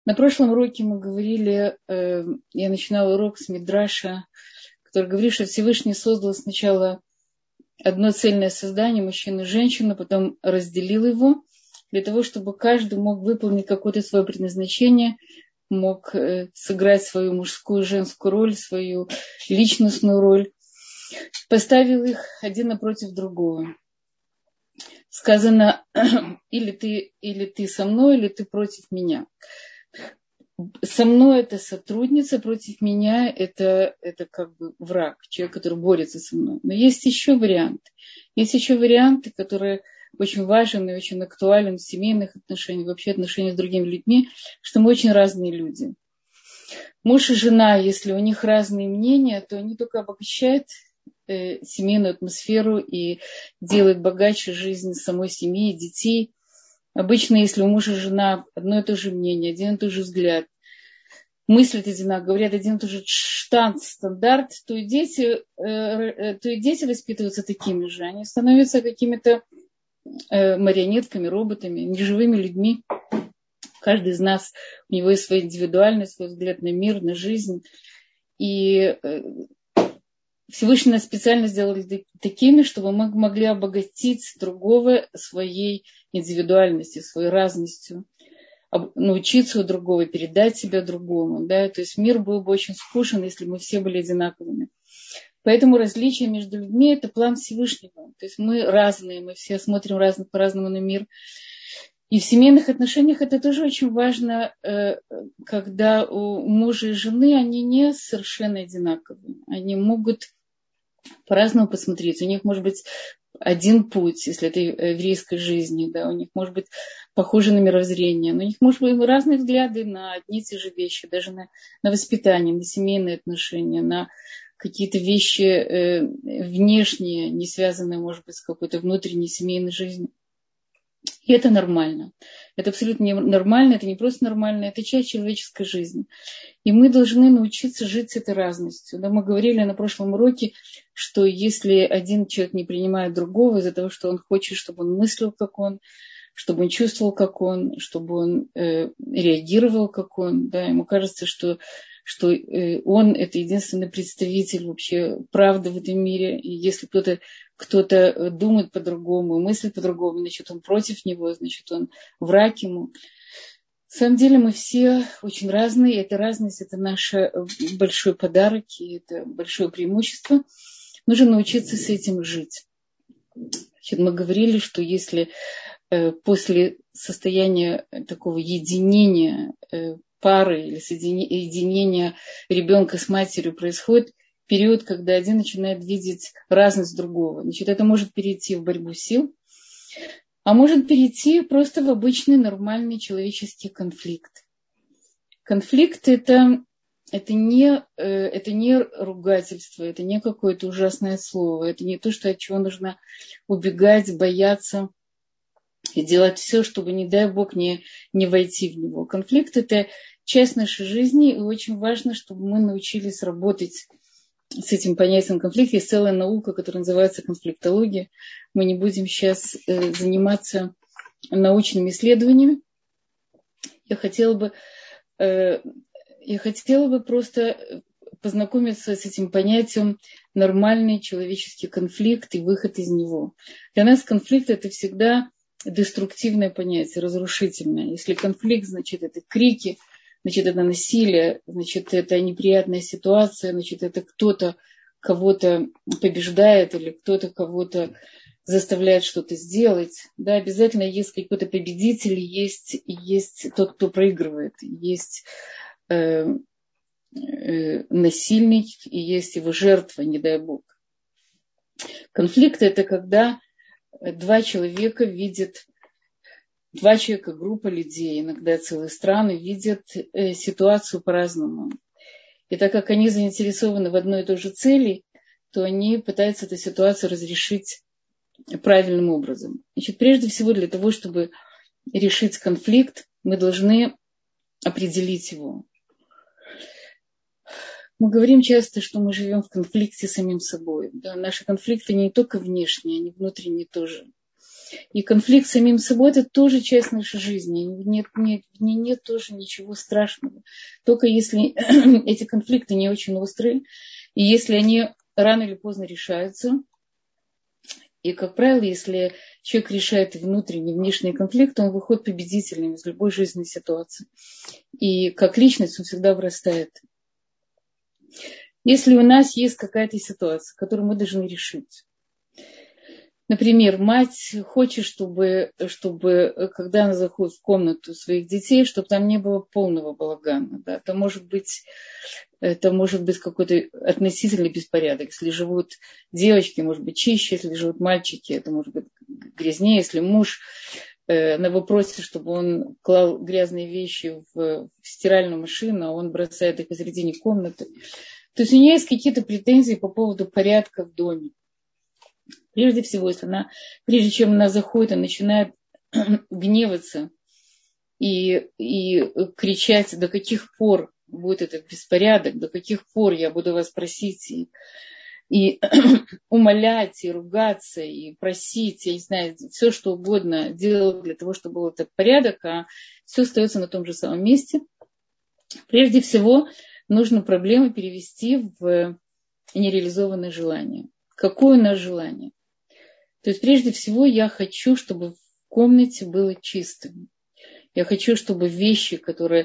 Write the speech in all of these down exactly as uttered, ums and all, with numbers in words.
На прошлом уроке мы говорили, э, я начинала урок с Мидраша, который говорит, что Всевышний создал сначала одно цельное создание, мужчину и женщину, потом разделил его, для того, чтобы каждый мог выполнить какое-то свое предназначение, мог э, сыграть свою мужскую и женскую роль, свою личностную роль. Поставил их один напротив другого. Сказано, или ты, или ты со мной, или ты против меня. Со мной это сотрудница, против меня это, это как бы враг, человек, который борется со мной. Но есть еще вариант. Есть еще варианты, которые очень важен и очень актуален в семейных отношениях, вообще отношениях с другими людьми, что мы очень разные люди. Муж и жена, если у них разные мнения, то они только обогащают э, семейную атмосферу и делают богаче жизнь самой семьи и детей. Обычно, если у мужа и жена одно и то же мнение, один и тот же взгляд, мыслят одинаково, говорят один и тот же штант, стандарт, то и дети, э, то и дети воспитываются такими же. Они становятся какими-то э, марионетками, роботами, неживыми людьми. Каждый из нас, у него есть своя индивидуальность, свой взгляд на мир, на жизнь. И э, Всевышний нас специально сделал такими, чтобы мы могли обогатить другого своей индивидуальностью, своей разностью, научиться у другого, передать себя другому. Да? То есть мир был бы очень скучен, если бы мы все были одинаковыми. Поэтому различие между людьми – это план Всевышнего. То есть мы разные, мы все смотрим разно, по-разному на мир. И в семейных отношениях это тоже очень важно, когда у мужа и жены они не совершенно одинаковые. Они могут по-разному посмотреть. У них может быть один путь, если это еврейской жизни, да, у них может быть похоже на мировоззрение, но у них может быть разные взгляды на одни и те же вещи, даже на, на воспитание, на семейные отношения, на какие-то вещи э, внешние, не связанные, может быть, с какой-то внутренней семейной жизнью. И это нормально. Это абсолютно не нормально, это не просто нормально, это часть человеческой жизни. И мы должны научиться жить с этой разностью. Да, мы говорили на прошлом уроке, что если один человек не принимает другого из-за того, что он хочет, чтобы он мыслил, как он, чтобы он чувствовал, как он, чтобы он э, реагировал, как он, да, ему кажется, что, что э, он – это единственный представитель вообще правды в этом мире. И если кто-то, кто-то думает по-другому, мыслит по-другому, значит, он против него, значит, он враг ему. На самом деле мы все очень разные, и эта разность – это наш большой подарок, и это большое преимущество. Нужно научиться с этим жить. Значит, мы говорили, что если э, после состояния такого единения э, пары или соединения ребенка с матерью происходит период, когда один начинает видеть разность другого, значит, это может перейти в борьбу сил, а может перейти просто в обычный нормальный человеческий конфликт. Конфликт это, это, не, это не ругательство, это не какое-то ужасное слово, это не то, что от чего нужно убегать, бояться и делать все, чтобы, не дай Бог, не, не войти в него. Конфликт это часть нашей жизни, и очень важно, чтобы мы научились работать с этим понятием конфликта. Есть целая наука, которая называется конфликтология. Мы не будем сейчас э, заниматься научными исследованиями. Я хотела бы, э, я хотела бы просто познакомиться с этим понятием нормальный человеческий конфликт и выход из него. Для нас конфликт – это всегда деструктивное понятие, разрушительное. Если конфликт, значит, это крики, значит, это насилие, значит, это неприятная ситуация, значит, это кто-то кого-то побеждает или кто-то кого-то заставляет что-то сделать. Да, обязательно есть какой-то победитель, есть, есть тот, кто проигрывает, есть э, э, насильник и есть его жертва, не дай Бог. Конфликт – это когда два человека видят, два человека, группа людей, иногда целые страны, видят э, ситуацию по-разному. И так как они заинтересованы в одной и той же цели, то они пытаются эту ситуацию разрешить правильным образом. Значит, прежде всего, для того, чтобы решить конфликт, мы должны определить его. Мы говорим часто, что мы живем в конфликте с самим собой. Да? Наши конфликты не только внешние, они внутренние тоже. И конфликт с самим собой – это тоже часть нашей жизни. Нет, нет, в ней нет тоже ничего страшного. Только если эти конфликты не очень острые, и если они рано или поздно решаются, и, как правило, если человек решает внутренний, внешний конфликт, он выходит победителем из любой жизненной ситуации. И как личность он всегда вырастает. Если у нас есть какая-то ситуация, которую мы должны решить, например, мать хочет, чтобы, чтобы, когда она заходит в комнату своих детей, чтобы там не было полного балагана. Да? Это может быть, это может быть какой-то относительный беспорядок. Если живут девочки, может быть чище, если живут мальчики, это может быть грязнее. Если муж э, на вопросе, чтобы он клал грязные вещи в, в стиральную машину, а он бросает их посередине комнаты. То есть у нее есть какие-то претензии по поводу порядка в доме. Прежде всего, если она, прежде чем она заходит, она начинает гневаться и, и кричать, до каких пор будет этот беспорядок, до каких пор я буду вас просить и, и умолять, и ругаться, и просить, я не знаю, все что угодно делать для того, чтобы был этот порядок, а все остается на том же самом месте. Прежде всего, нужно проблему перевести в нереализованное желание. Какое у нас желание? То есть, прежде всего, я хочу, чтобы в комнате было чистым. Я хочу, чтобы вещи, которые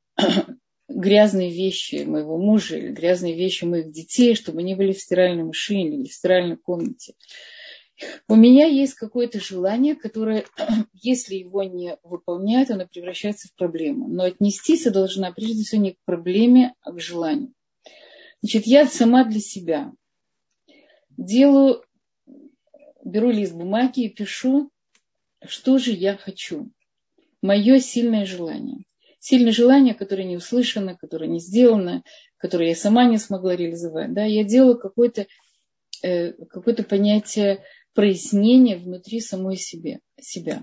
грязные вещи моего мужа или грязные вещи моих детей, чтобы они были в стиральной машине или в стиральной комнате. У меня есть какое-то желание, которое, если его не выполняют, оно превращается в проблему. Но отнестись я должна, прежде всего, не к проблеме, а к желанию. Значит, я сама для себя делаю... Беру лист бумаги и пишу, что же я хочу. Мое сильное желание. Сильное желание, которое не услышано, которое не сделано, которое я сама не смогла реализовать. Да? Я делаю какое-то, э, какое-то понятие прояснения внутри самой себе, себя.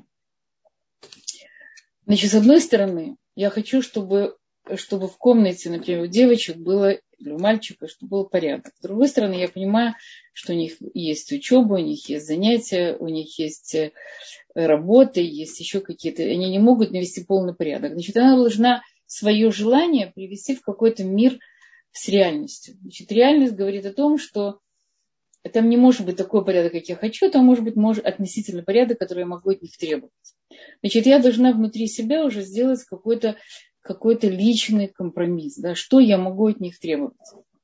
Значит, с одной стороны, я хочу, чтобы, чтобы в комнате, например, у девочек было, или у мальчика, чтобы был порядок. С другой стороны, я понимаю, что у них есть учеба, у них есть занятия, у них есть работа, есть еще какие-то... Они не могут навести полный порядок. Значит, она должна свое желание привести в какой-то мир с реальностью. Значит, реальность говорит о том, что там не может быть такой порядок, как я хочу, там может быть может, относительный порядок, который я могу от них требовать. Значит, я должна внутри себя уже сделать какой-то, какой-то личный компромисс. Да, что я могу от них требовать.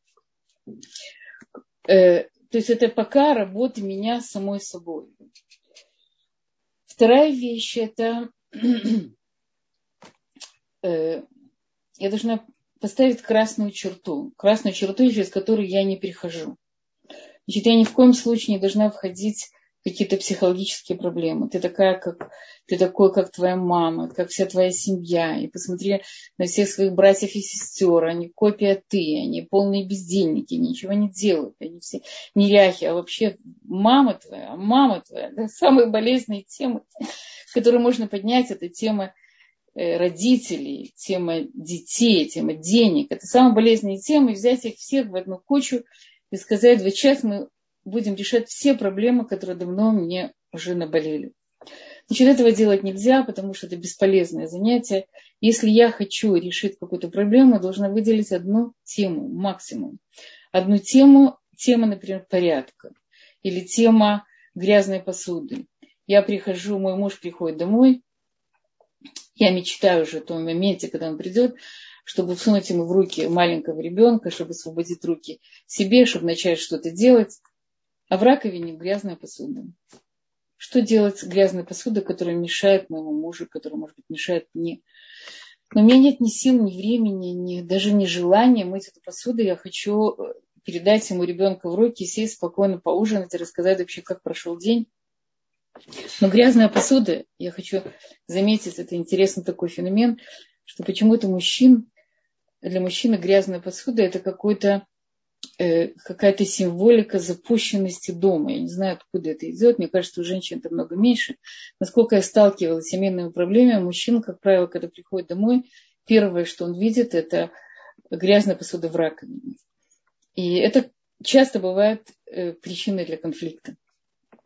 Э, то есть это пока работа меня с самой собой. Вторая вещь – это э, я должна поставить красную черту. Красную черту, через которую я не перехожу. Значит, я ни в коем случае не должна входить в какие-то психологические проблемы. Ты такая, как ты такой, как твоя мама, как вся твоя семья. И посмотри на всех своих братьев и сестер. Они копия ты, они полные бездельники, ничего не делают. Они все неряхи, а вообще мама твоя, мама твоя. Да, самые болезненные темы, которые можно поднять, это тема родителей, тема детей, тема денег. Это самые болезненные темы. Взять их всех в одну кучу и сказать, вот сейчас мы будем решать все проблемы, которые давно мне уже наболели. Значит, этого делать нельзя, потому что это бесполезное занятие. Если я хочу решить какую-то проблему, я должна выделить одну тему, максимум. Одну тему, тема, например, порядка. Или тема грязной посуды. Я прихожу, мой муж приходит домой, я мечтаю уже о том моменте, когда он придет, чтобы всунуть ему в руки маленького ребенка, чтобы освободить руки себе, чтобы начать что-то делать. А в раковине грязная посуда. Что делать с грязной посудой, которая мешает моему мужу, которая, может быть, мешает мне? Но у меня нет ни сил, ни времени, ни, даже ни желания мыть эту посуду. Я хочу передать ему ребенка в руки, сесть спокойно, поужинать и рассказать вообще, как прошел день. Но грязная посуда, я хочу заметить, это интересный такой феномен, что почему-то мужчин, для мужчины грязная посуда это какой-то какая-то символика запущенности дома. Я не знаю, откуда это идет. Мне кажется, у женщин это много меньше. Насколько я сталкивалась с семейными проблемами, мужчина, как правило, когда приходит домой, первое, что он видит, это грязная посуда в раковине. И это часто бывает причиной для конфликта.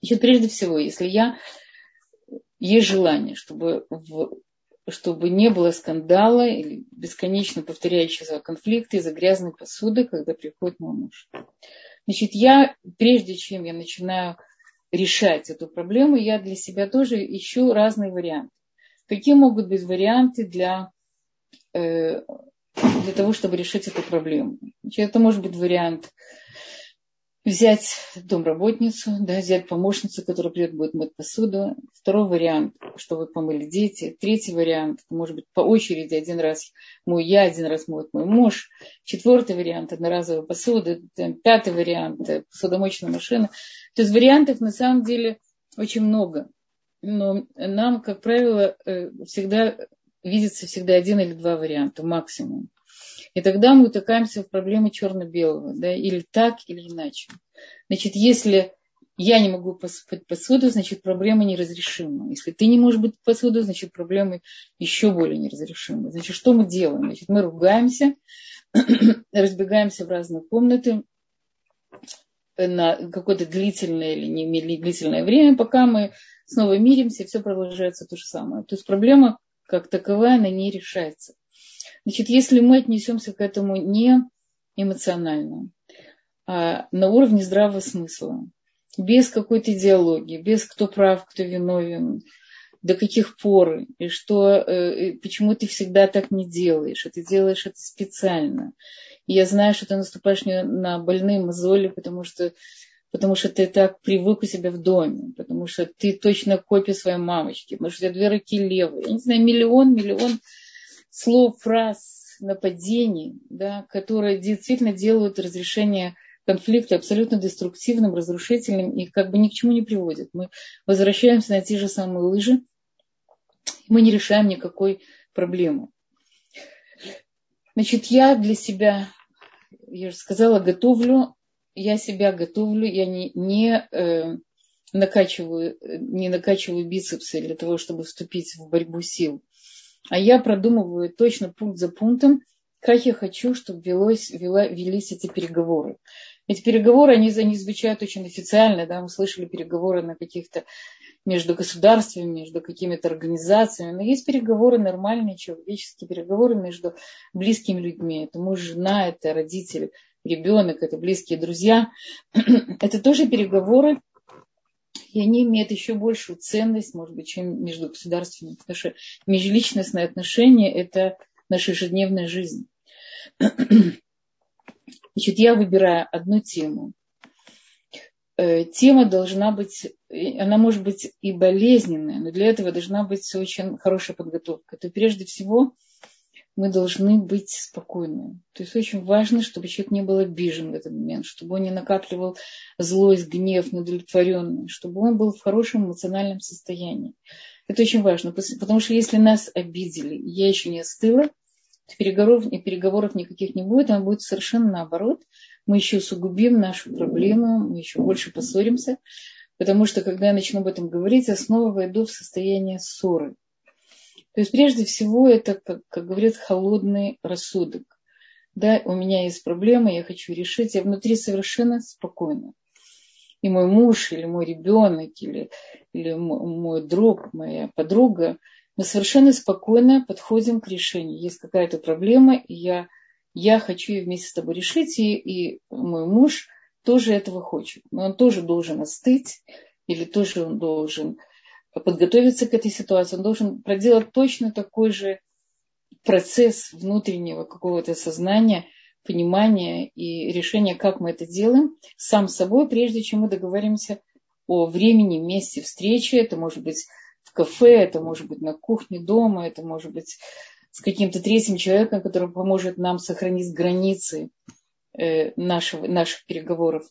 Значит, прежде всего, если я есть желание, чтобы, в, чтобы не было скандала или бесконечно повторяющегося конфликта из-за грязной посуды, когда приходит мой муж. Значит, я, прежде чем я начинаю решать эту проблему, я для себя тоже ищу разные варианты. Какие могут быть варианты для, э, для того, чтобы решить эту проблему? Значит, это может быть вариант взять домработницу, да, взять помощницу, которая придет, будет мыть посуду. Второй вариант, чтобы помыли дети. Третий вариант, это может быть по очереди. Один раз мою я, один раз моет мой муж. Четвертый вариант, одноразовая посуда. Пятый вариант, посудомоечная машина. То есть вариантов на самом деле очень много. Но нам, как правило, всегда видится всегда один или два варианта максимум. И тогда мы утыкаемся в проблемы черно-белого, да, или так, или иначе. Значит, если я не могу посыпать посуду, значит, проблема неразрешима. Если ты не можешь быть посуду, значит, проблема еще более неразрешима. Значит, что мы делаем? Значит, мы ругаемся, разбегаемся в разные комнаты на какое-то длительное или не длительное время, пока мы снова миримся, и все продолжается то же самое. То есть проблема как таковая, она не решается. Значит, если мы отнесемся к этому не эмоционально, а на уровне здравого смысла, без какой-то идеологии, без кто прав, кто виновен, до каких пор, и что, э, почему ты всегда так не делаешь, и ты делаешь это специально. И я знаю, что ты наступаешь на больные мозоли, потому что, потому что ты так привык у себя в доме, потому что ты точно копия своей мамочки, потому что у тебя две руки левые. Я не знаю, миллион, миллион слов, фраз, нападений, да, которые действительно делают разрешение конфликта абсолютно деструктивным, разрушительным и как бы ни к чему не приводят. Мы возвращаемся на те же самые лыжи, мы не решаем никакой проблемы. Значит, я для себя, я же сказала, готовлю, я себя готовлю, я не, не, э, накачиваю, не накачиваю бицепсы для того, чтобы вступить в борьбу сил. А я продумываю точно пункт за пунктом, как я хочу, чтобы велось, вела, велись эти переговоры. Эти переговоры, они, они звучат очень официально, да, мы слышали переговоры на каких-то между государствами, между какими-то организациями, но есть переговоры нормальные, человеческие переговоры между близкими людьми. Это муж, жена, это родители, ребенок, это близкие друзья. Это тоже переговоры, и они имеют еще большую ценность, может быть, чем между государствами, потому что межличностные отношения – это наша ежедневная жизнь. Значит, я выбираю одну тему. Тема должна быть, она может быть и болезненная, но для этого должна быть очень хорошая подготовка. То прежде всего мы должны быть спокойны. То есть очень важно, чтобы человек не был обижен в этот момент, чтобы он не накапливал злость, гнев, неудовлетворенность, чтобы он был в хорошем эмоциональном состоянии. Это очень важно, потому что если нас обидели, я еще не остыла, то переговоров, переговоров никаких не будет, а будет совершенно наоборот. Мы еще усугубим нашу проблему, мы еще больше поссоримся, потому что, когда я начну об этом говорить, я снова войду в состояние ссоры. То есть, прежде всего, это, как, как говорят, холодный рассудок. Да, у меня есть проблема, я хочу решить, я внутри совершенно спокойна. И мой муж, или мой ребенок, или, или мой друг, моя подруга, мы совершенно спокойно подходим к решению. Есть какая-то проблема, и я, я хочу ее вместе с тобой решить, и, и мой муж тоже этого хочет. Но он тоже должен остыть, или тоже он должен подготовиться к этой ситуации, он должен проделать точно такой же процесс внутреннего какого-то сознания, понимания и решения, как мы это делаем, сам собой, прежде чем мы договоримся о времени, месте встречи. Это может быть в кафе, это может быть на кухне дома, это может быть с каким-то третьим человеком, который поможет нам сохранить границы нашего, наших переговоров.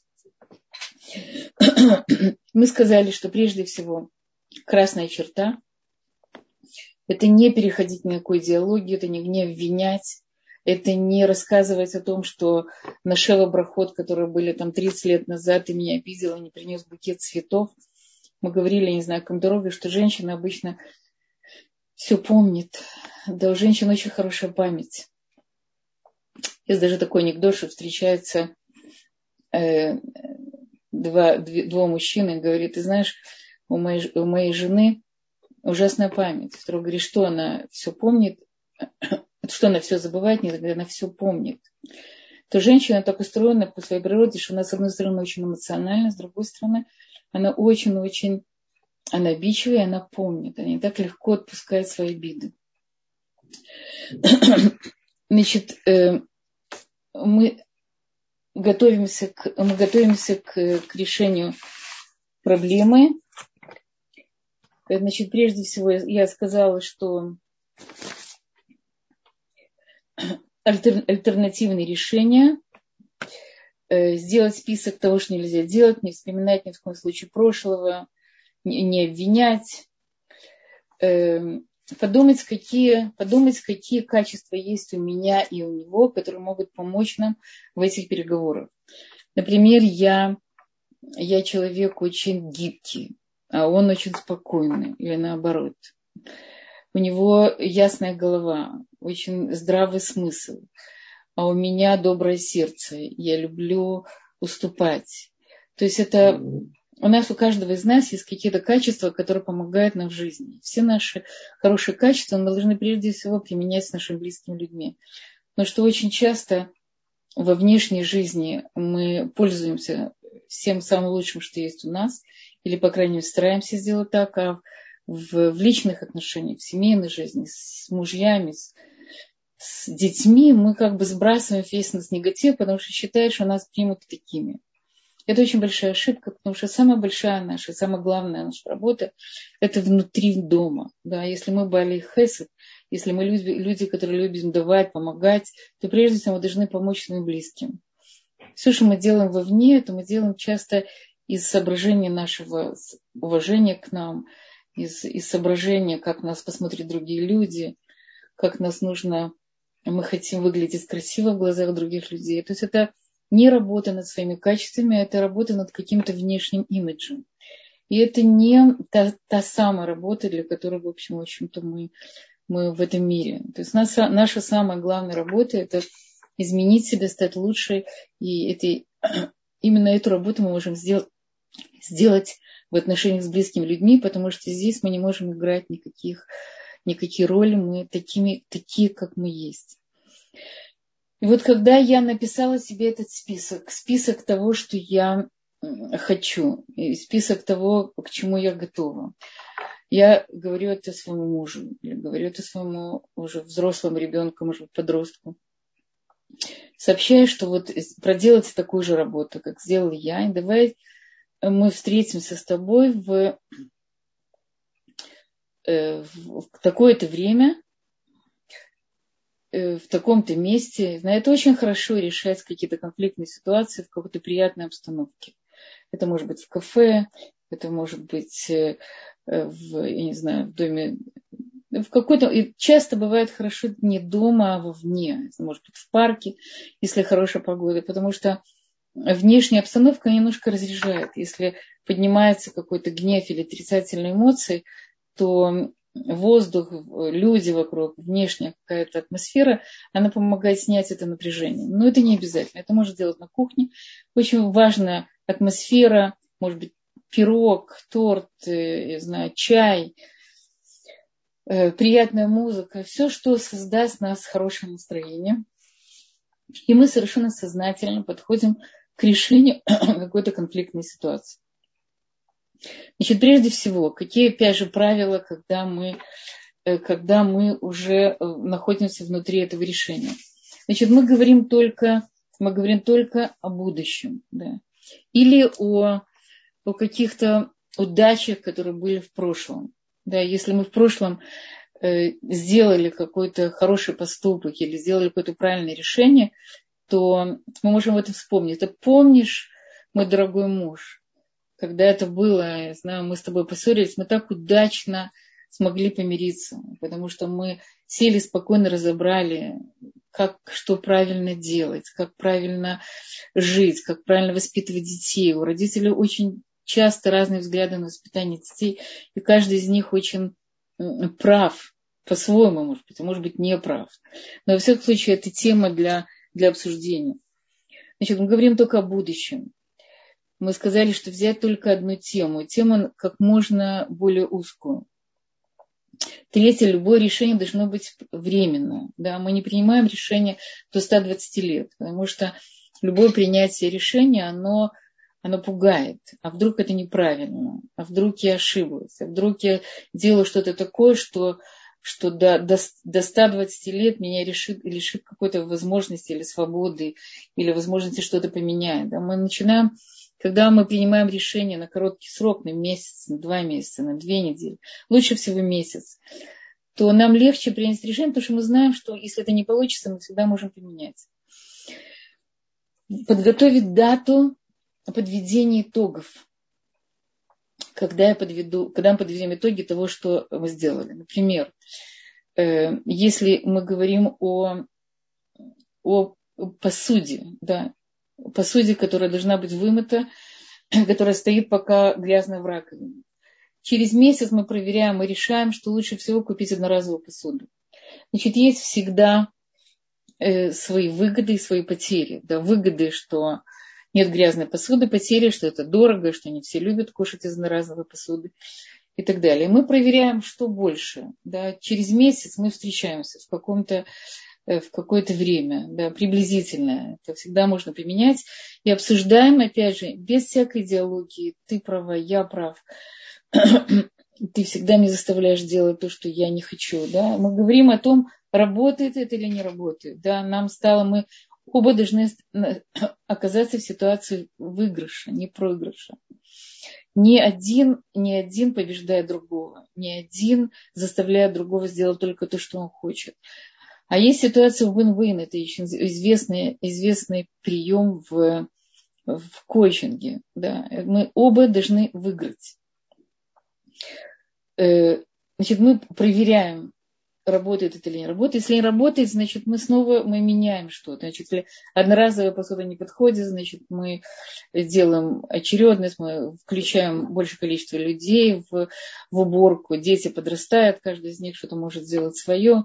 Мы сказали, что прежде всего красная черта – это не переходить ни на какую идеологию, это не, не обвинять, это не рассказывать о том, что на Шева Брахот, которые были там тридцать лет назад, ты меня обидела, не принес букет цветов. Мы говорили, я не знаю, в дороге, что женщина обычно все помнит. Да, у женщин очень хорошая память. Есть даже такой анекдот, что встречается э, два, два мужчины, говорит, ты знаешь, у моей, у моей жены ужасная память. Второй говорит, что она все помнит, что она все забывает, нет, она все помнит. То женщина так устроена по своей природе, что она, с одной стороны, очень эмоциональна, с другой стороны, она очень-очень, она обидчивая, она помнит, она не так легко отпускает свои обиды. Значит, мы готовимся к, мы готовимся к, к решению проблемы. Значит, прежде всего я сказала, что альтер, альтернативные решения, э, сделать список того, что нельзя делать, не вспоминать ни в коем случае прошлого, не, не обвинять, э, подумать какие, подумать, какие качества есть у меня и у него, которые могут помочь нам в этих переговорах. Например, я, я человек очень гибкий, а он очень спокойный, или наоборот. У него ясная голова, очень здравый смысл, а у меня доброе сердце, я люблю уступать. То есть это у нас, у каждого из нас есть какие-то качества, которые помогают нам в жизни. Все наши хорошие качества мы должны прежде всего применять с нашими близкими людьми. Потому что очень часто во внешней жизни мы пользуемся всем самым лучшим, что есть у нас, или, по крайней мере, стараемся сделать так, а в, в личных отношениях, в семейной жизни, с мужьями, с, с детьми мы как бы сбрасываем весь нас негатив, потому что считаем, что нас примут такими. Это очень большая ошибка, потому что самая большая наша, самая главная наша работа – это внутри дома. Да? Если мы бали хесед, если мы люди, люди, которые любим давать, помогать, то прежде всего мы должны помочь своим близким. Все, что мы делаем вовне, это мы делаем часто из соображения нашего уважения к нам, из, из соображения, как нас посмотрят другие люди, как нас нужно, мы хотим выглядеть красиво в глазах других людей. То есть это не работа над своими качествами, это работа над каким-то внешним имиджем. И это не та, та самая работа, для которой, в общем, в общем-то, мы, мы в этом мире. То есть наша, наша самая главная работа – это изменить себя, стать лучше. И это, именно эту работу мы можем сделать, сделать в отношениях с близкими людьми, потому что здесь мы не можем играть никаких, никакие роли, мы такими, такие, как мы есть. И вот когда я написала себе этот список, список того, что я хочу, и список того, к чему я готова, я говорю это своему мужу, или говорю это своему уже взрослому ребенку, может быть, подростку, сообщаю, что вот проделать такую же работу, как сделала я, и давай мы встретимся с тобой в, в такое-то время, в таком-то месте. Это очень хорошо решать какие-то конфликтные ситуации в какой-то приятной обстановке. Это может быть в кафе, это может быть в, я не знаю, в доме, в какой-то, и часто бывает хорошо не дома, а вовне, может быть в парке, если хорошая погода, потому что внешняя обстановка немножко разряжает. Если поднимается какой-то гнев или отрицательные эмоции, то воздух, люди вокруг, внешняя какая-то атмосфера, она помогает снять это напряжение. Но это не обязательно. Это можно делать на кухне. Очень важная атмосфера, может быть, пирог, торт, я знаю, чай, приятная музыка. Все, что создаст в нас хорошее настроение. И мы совершенно сознательно подходим к решению какой-то конфликтной ситуации. Значит, прежде всего, какие, опять же, правила, когда мы, когда мы уже находимся внутри этого решения? Значит, мы говорим только, мы говорим только о будущем, да? Или о, о каких-то удачах, которые были в прошлом. Да? Если мы в прошлом э, сделали какой-то хороший поступок или сделали какое-то правильное решение, то мы можем это вспомнить. Ты помнишь, мой дорогой муж, когда это было, я знаю, мы с тобой поссорились, мы так удачно смогли помириться, потому что мы сели спокойно, разобрали, как, что правильно делать, как правильно жить, как правильно воспитывать детей. У родителей очень часто разные взгляды на воспитание детей, и каждый из них очень прав по-своему, может быть, а может быть, не прав. Но во всяком случае, это тема для, для обсуждения. Значит, мы говорим только о будущем. мы сказали, что взять только одну тему, тему как можно более узкую. Третье, любое решение должно быть временное. Да? Мы не принимаем решение до ста двадцати лет, потому что любое принятие решения, оно, оно пугает. А вдруг это неправильно? А вдруг я ошиблась? А вдруг я делаю что-то такое, что, что до, до, до ста двадцати лет меня решит, лишит какой-то возможности или свободы, или возможности что-то поменять. Да? Мы начинаем, когда мы принимаем решение на короткий срок, на месяц, на два месяца, на две недели, лучше всего месяц, то нам легче принять решение, потому что мы знаем, что если это не получится, мы всегда можем поменять. Подготовить дату подведения итогов. Когда, я подведу, когда мы подведем итоги того, что мы сделали. Например, э, если мы говорим о, о посуде, да, посуде, которая должна быть вымыта, которая стоит пока грязная в раковине. Через месяц мы проверяем и решаем, что лучше всего купить одноразовую посуду. Значит, есть всегда э, свои выгоды и свои потери. Да, выгоды, что нет грязной посуды, потери, что это дорого, что не все любят кушать из одноразовой посуды и так далее. Мы проверяем, что больше. Да. Через месяц мы встречаемся в каком-то в какое-то время, да, приблизительно. Это всегда можно применять. И обсуждаем, опять же, без всякой идеологии. Ты права, я прав. Ты всегда меня заставляешь делать то, что я не хочу. Да. Мы говорим о том, работает это или не работает. Да. Нам стало, мы оба должны оказаться в ситуации выигрыша, не проигрыша. Ни один, ни один побеждает другого. Ни один заставляет другого сделать только то, что он хочет. А есть ситуация win-win, это очень известный, известный прием в, в коучинге. Да. Мы оба должны выиграть. Значит, мы проверяем, работает это или не работает. Если не работает, значит, мы снова мы меняем что-то. Значит, если одноразовая посуда не подходит, значит, мы делаем очередность, мы включаем большее количество людей в, в уборку. Дети подрастают, каждый из них что-то может сделать свое.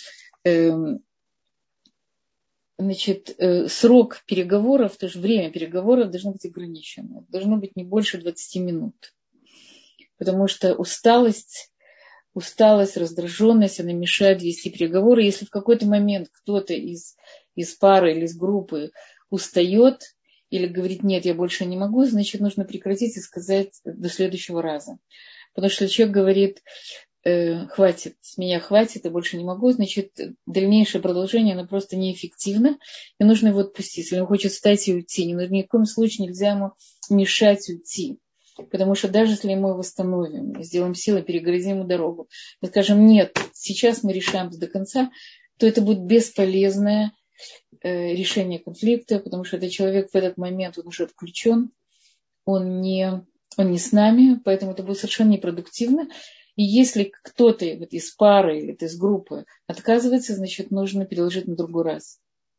Значит, срок переговоров, то есть время переговоров должно быть ограничено. Должно быть не больше двадцати минут. Потому что усталость, усталость, раздраженность, она мешает вести переговоры. Если в какой-то момент кто-то из, из пары или из группы устает или говорит, нет, я больше не могу, значит, нужно прекратить и сказать до следующего раза. Потому что человек говорит, хватит, с меня хватит, я больше не могу, значит, дальнейшее продолжение, оно просто неэффективно, и нужно его отпустить. Если он хочет встать и уйти, ни, ни в коем случае нельзя ему мешать уйти. Потому что даже если мы его восстановим, сделаем силы, перегородим ему дорогу, мы скажем, нет, сейчас мы решаем до конца, то это будет бесполезное э, решение конфликта, потому что этот человек в этот момент, он уже отключен, он не, он не с нами, поэтому это будет совершенно непродуктивно. И если кто-то вот из пары или из группы отказывается, значит, нужно переложить на другой раз.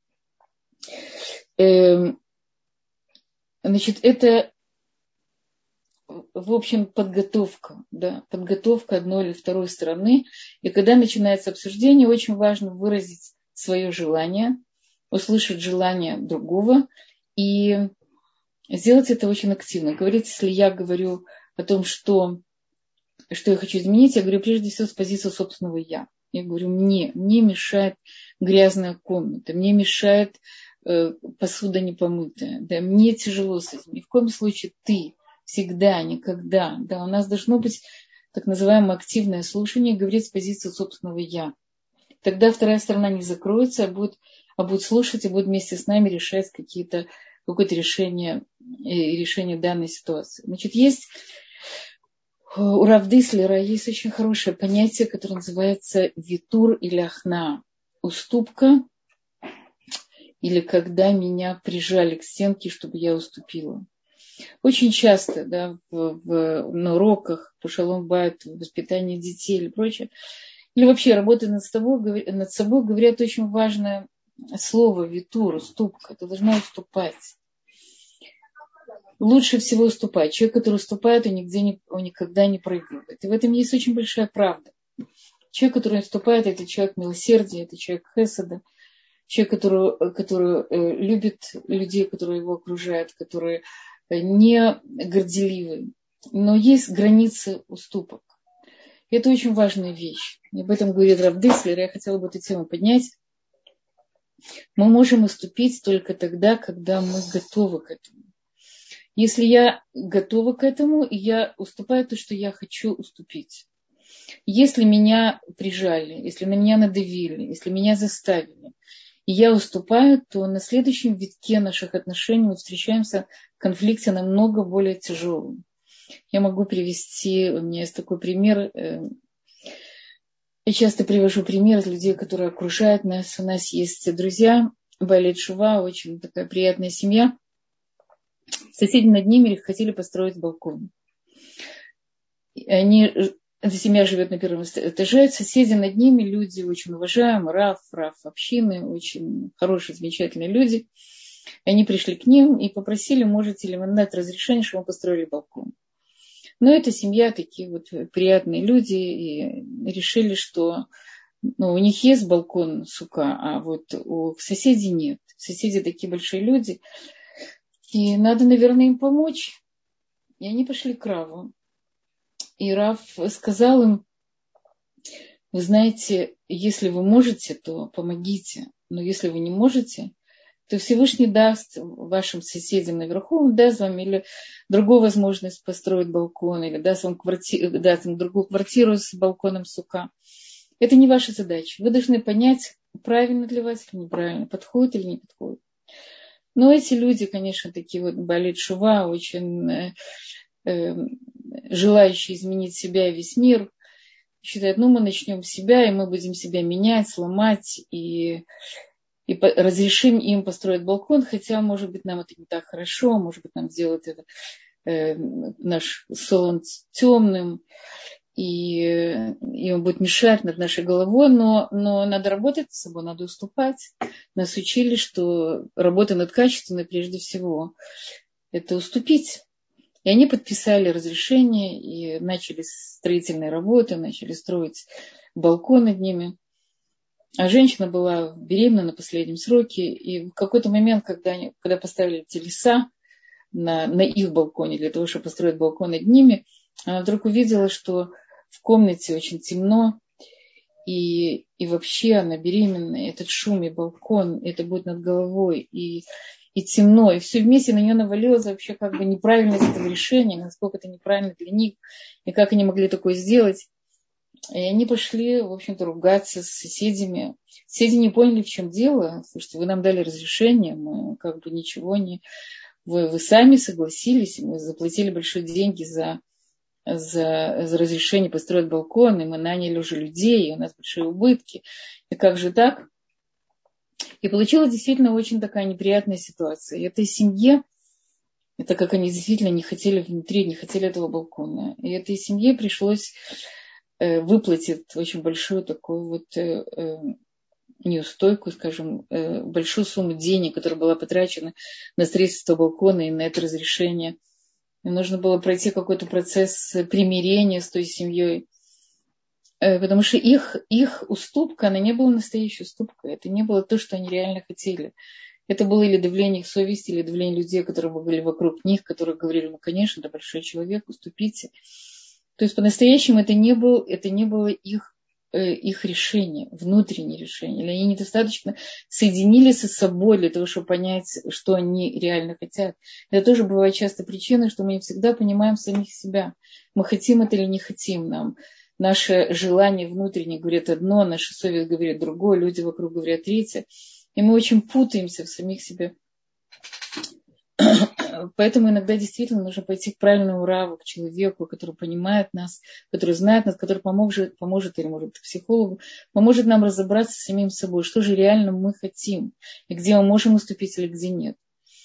Эм, значит, это, в общем, подготовка, да, подготовка одной или второй стороны. И когда начинается обсуждение, очень важно выразить свое желание, услышать желание другого и сделать это очень активно. Говорить, если я говорю о том, что... что я хочу изменить, я говорю прежде всего с позиции собственного «я». Я говорю, мне, мне мешает грязная комната, мне мешает э, посуда непомытая, да, мне тяжело с этим. Ни в коем случае ты, всегда, никогда. Да, у нас должно быть так называемое активное слушание, говорить с позиции собственного «я». Тогда вторая сторона не закроется, а будет, а будет слушать и будет вместе с нами решать какие-то, какое-то решение, э, решение данной ситуации. Значит, есть... У Рав Дислера есть очень хорошее понятие, которое называется витур или ахна. Уступка, или когда меня прижали к стенке, чтобы я уступила. Очень часто, да, в, в, на уроках по шалом байт, в воспитании детей или прочее, или вообще работая над собой, над собой говорят очень важное слово витур, уступка. Ты должна уступать. Лучше всего уступать. Человек, который уступает, он, нигде не, он никогда не проигрывает. И в этом есть очень большая правда. Человек, который уступает, это человек милосердия, это человек хеседа, человек, который, который э, любит людей, которые его окружают, который не горделивый. Но есть границы уступок. Это очень важная вещь. И об этом говорит Рав Деслер. Я хотела бы эту тему поднять. Мы можем уступить только тогда, когда мы готовы к этому. Если я готова к этому, я уступаю то, что я хочу уступить. Если меня прижали, если на меня надавили, если меня заставили, и я уступаю, то на следующем витке наших отношений мы встречаемся в конфликте намного более тяжелым. Я могу привести, у меня есть такой пример. Я часто привожу пример людей, которые окружают нас. У нас есть друзья, Баалей Тшува, очень такая приятная семья. Соседи над ними хотели построить балкон. Они, эта семья живет на первом этаже, соседи над ними, люди очень уважаемые, Рав, Рав общины, очень хорошие, замечательные люди. Они пришли к ним и попросили, можете ли вам дать разрешение, чтобы мы построили балкон. Но эта семья, такие вот приятные люди, и решили, что ну, у них есть балкон сука, а вот у соседей нет. Соседи такие большие люди, и надо, наверное, им помочь. И они пошли к Раву. И Рав сказал им, вы знаете, если вы можете, то помогите. Но если вы не можете, то Всевышний даст вашим соседям наверху, он даст вам или другую возможность построить балкон, или даст вам, кварти... даст вам другую квартиру с балконом сука. Это не ваша задача. Вы должны понять, правильно для вас или неправильно, подходит или не подходит. Но эти люди, конечно, такие вот Баалей Тшува, очень э, э, желающие изменить себя и весь мир, считают, ну мы начнем с себя, и мы будем себя менять, сломать, и... и разрешим им построить балкон, хотя, может быть, нам это не так хорошо, может быть, нам сделают это, э, наш салон темным, и, и он будет мешать над нашей головой, но, но надо работать с собой, надо уступать. Нас учили, что работа над качеством, прежде всего, это уступить. И они подписали разрешение, и начали строительные работы, начали строить балкон над ними. А женщина была беременна на последнем сроке, и в какой-то момент, когда, они, когда поставили телеса на, на их балконе, для того, чтобы построить балкон над ними, она вдруг увидела, что в комнате очень темно, и, и вообще она беременная, этот шум и балкон, это будет над головой, и, и темно, и все вместе на нее навалилось вообще как бы неправильность этого решения, насколько это неправильно для них, и как они могли такое сделать. И они пошли, в общем-то, ругаться с соседями. Соседи не поняли, в чем дело. Слушайте, вы нам дали разрешение, мы как бы ничего не... Вы, вы сами согласились, мы заплатили большие деньги за, за, за разрешение построить балкон, и мы наняли уже людей, и у нас большие убытки. И как же так? И получилась действительно очень такая неприятная ситуация. И этой семье, это как они действительно не хотели внутри, не хотели этого балкона. И этой семье пришлось... выплатит очень большую такую вот э, э, неустойку, скажем, э, большую сумму денег, которая была потрачена на строительство балкона и на это разрешение. Им нужно было пройти какой-то процесс примирения с той семьей, э, потому что их, их уступка, она не была настоящей уступкой, это не было то, что они реально хотели. Это было или давление их совести, или давление людей, которые были вокруг них, которые говорили, ну, конечно, да, большой человек, уступите. То есть по-настоящему это не было, это не было их, э, их решение, внутреннее решение. Или они недостаточно соединились со собой для того, чтобы понять, что они реально хотят. Это тоже бывает часто причина, что мы не всегда понимаем самих себя. Мы хотим это или не хотим. Нам наше желание внутреннее говорит одно, наша совесть говорит другое, люди вокруг говорят третье. И мы очень путаемся в самих себе. Поэтому иногда действительно нужно пойти к правильному раву, к человеку, который понимает нас, который знает нас, который поможет, поможет или, может, психологу, поможет нам разобраться с самим собой, что же реально мы хотим, и где мы можем уступить или где нет.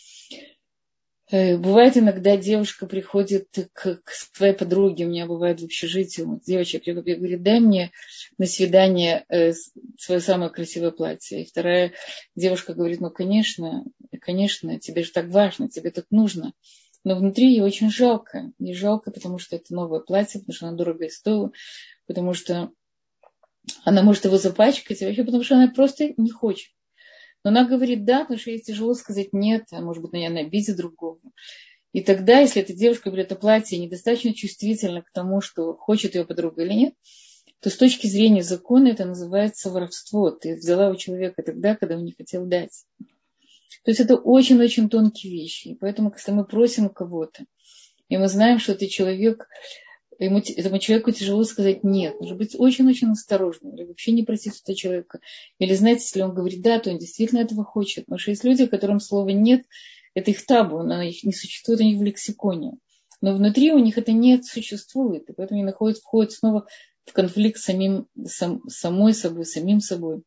Бывает иногда девушка приходит к, к своей подруге, у меня бывает в общежитии, вот девочка приходит и говорит, дай мне на свидание э, свое самое красивое платье. И вторая девушка говорит, ну, конечно, конечно, тебе же так важно, тебе так нужно. Но внутри ей очень жалко. Ей жалко, потому что это новое платье, потому что оно дорого стоило, потому что она может его запачкать, и вообще потому что она просто не хочет. Но она говорит да, потому что ей тяжело сказать нет, а может быть, наверное, обидит другого. И тогда, если эта девушка или это платье недостаточно чувствительно к тому, что хочет ее подруга или нет, то с точки зрения закона это называется воровство. Ты взяла у человека тогда, когда он не хотел дать. То есть это очень-очень тонкие вещи. И поэтому, если мы просим у кого-то, и мы знаем, что это человек, ему, этому человеку тяжело сказать «нет». Нужно быть очень-очень осторожным. Или вообще не просить этого человека. Или, знаете, если он говорит «да», то он действительно этого хочет. Потому что есть люди, которым слова «нет» – это их табу, оно их не существует у них в лексиконе. Но внутри у них это «нет» существует. И поэтому они находят, входят снова в конфликт с самим, сам, самой собой, самим собой.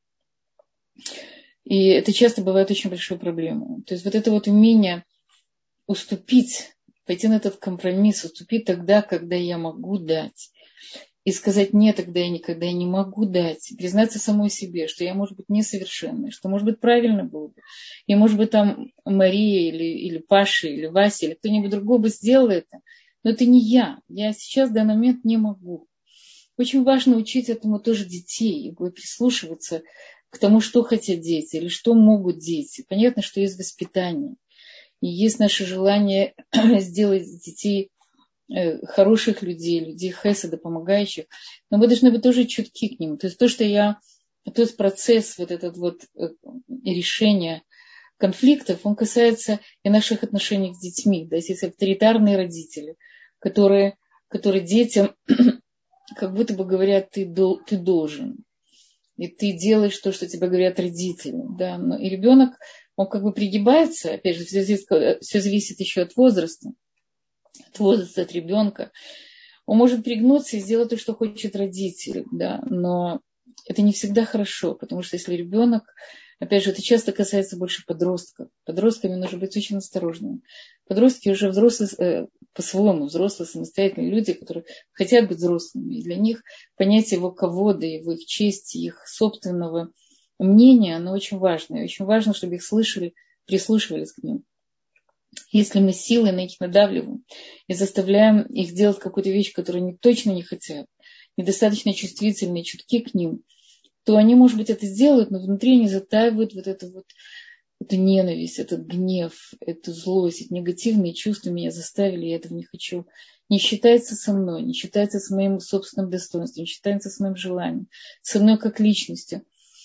И это часто бывает очень большой проблемой. То есть вот это вот умение уступить, пойти на этот компромисс, уступить тогда, когда я могу дать. И сказать нет, тогда я никогда не могу дать. Признаться самой себе, что я, может быть, несовершенная, что, может быть, правильно было бы. И, может быть, там Мария или, или Паша, или Вася, или кто-нибудь другой бы сделал это. Но это не я. Я сейчас в данный момент не могу. Очень важно учить этому тоже детей, и прислушиваться к тому, что хотят дети или что могут дети. Понятно, что есть воспитание. И есть наше желание сделать детей хороших людей, людей хеседа, помогающих. Но мы должны быть тоже чутки к ним. То есть то, что я, то есть процесс вот этот вот решения конфликтов, он касается и наших отношений с детьми. Да, есть авторитарные родители, которые, которые детям как будто бы говорят, ты, до, ты должен. И ты делаешь то, что тебе говорят родители. Да? Но и ребенок, он как бы пригибается, опять же, все зависит, все зависит еще от возраста, от возраста, от ребенка. Он может пригнуться и сделать то, что хочет родитель, да? Но это не всегда хорошо, потому что если ребенок, опять же, это часто касается больше подростков. Подростками нужно быть очень осторожными. Подростки уже взрослые, э, по-своему взрослые, самостоятельные люди, которые хотят быть взрослыми. И для них понятие его ковода, его их чести, их собственного мнения, оно очень важно. И очень важно, чтобы их слышали, прислушивались к ним. Если мы силой на них надавливаем и заставляем их делать какую-то вещь, которую они точно не хотят, недостаточно чувствительны и чутки к ним, то они, может быть, это сделают, но внутри они затаивают вот эту вот эту ненависть, этот гнев, эту злость, эти негативные чувства меня заставили, я этого не хочу. Не считается со мной, не считается с моим собственным достоинством, не считается с моим желанием, со мной как личностью.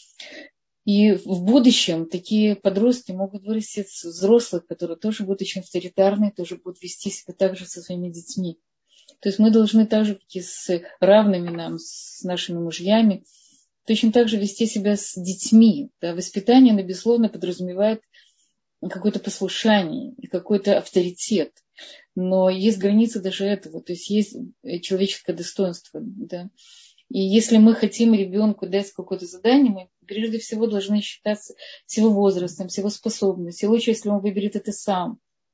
И в будущем такие подростки могут вырасти из взрослых, которые тоже будут очень авторитарны, тоже будут вести себя так же со своими детьми. То есть мы должны так же, как и с равными нам, с нашими мужьями, точно так же вести себя с детьми. Да? Воспитание, оно, безусловно, подразумевает какое-то послушание и какой-то авторитет. Но есть границы даже этого. То есть есть человеческое достоинство. Да? И если мы хотим ребенку дать какое-то задание, мы прежде всего должны считаться с его возрастом, с его способностью. Лучше, если он выберет это сам.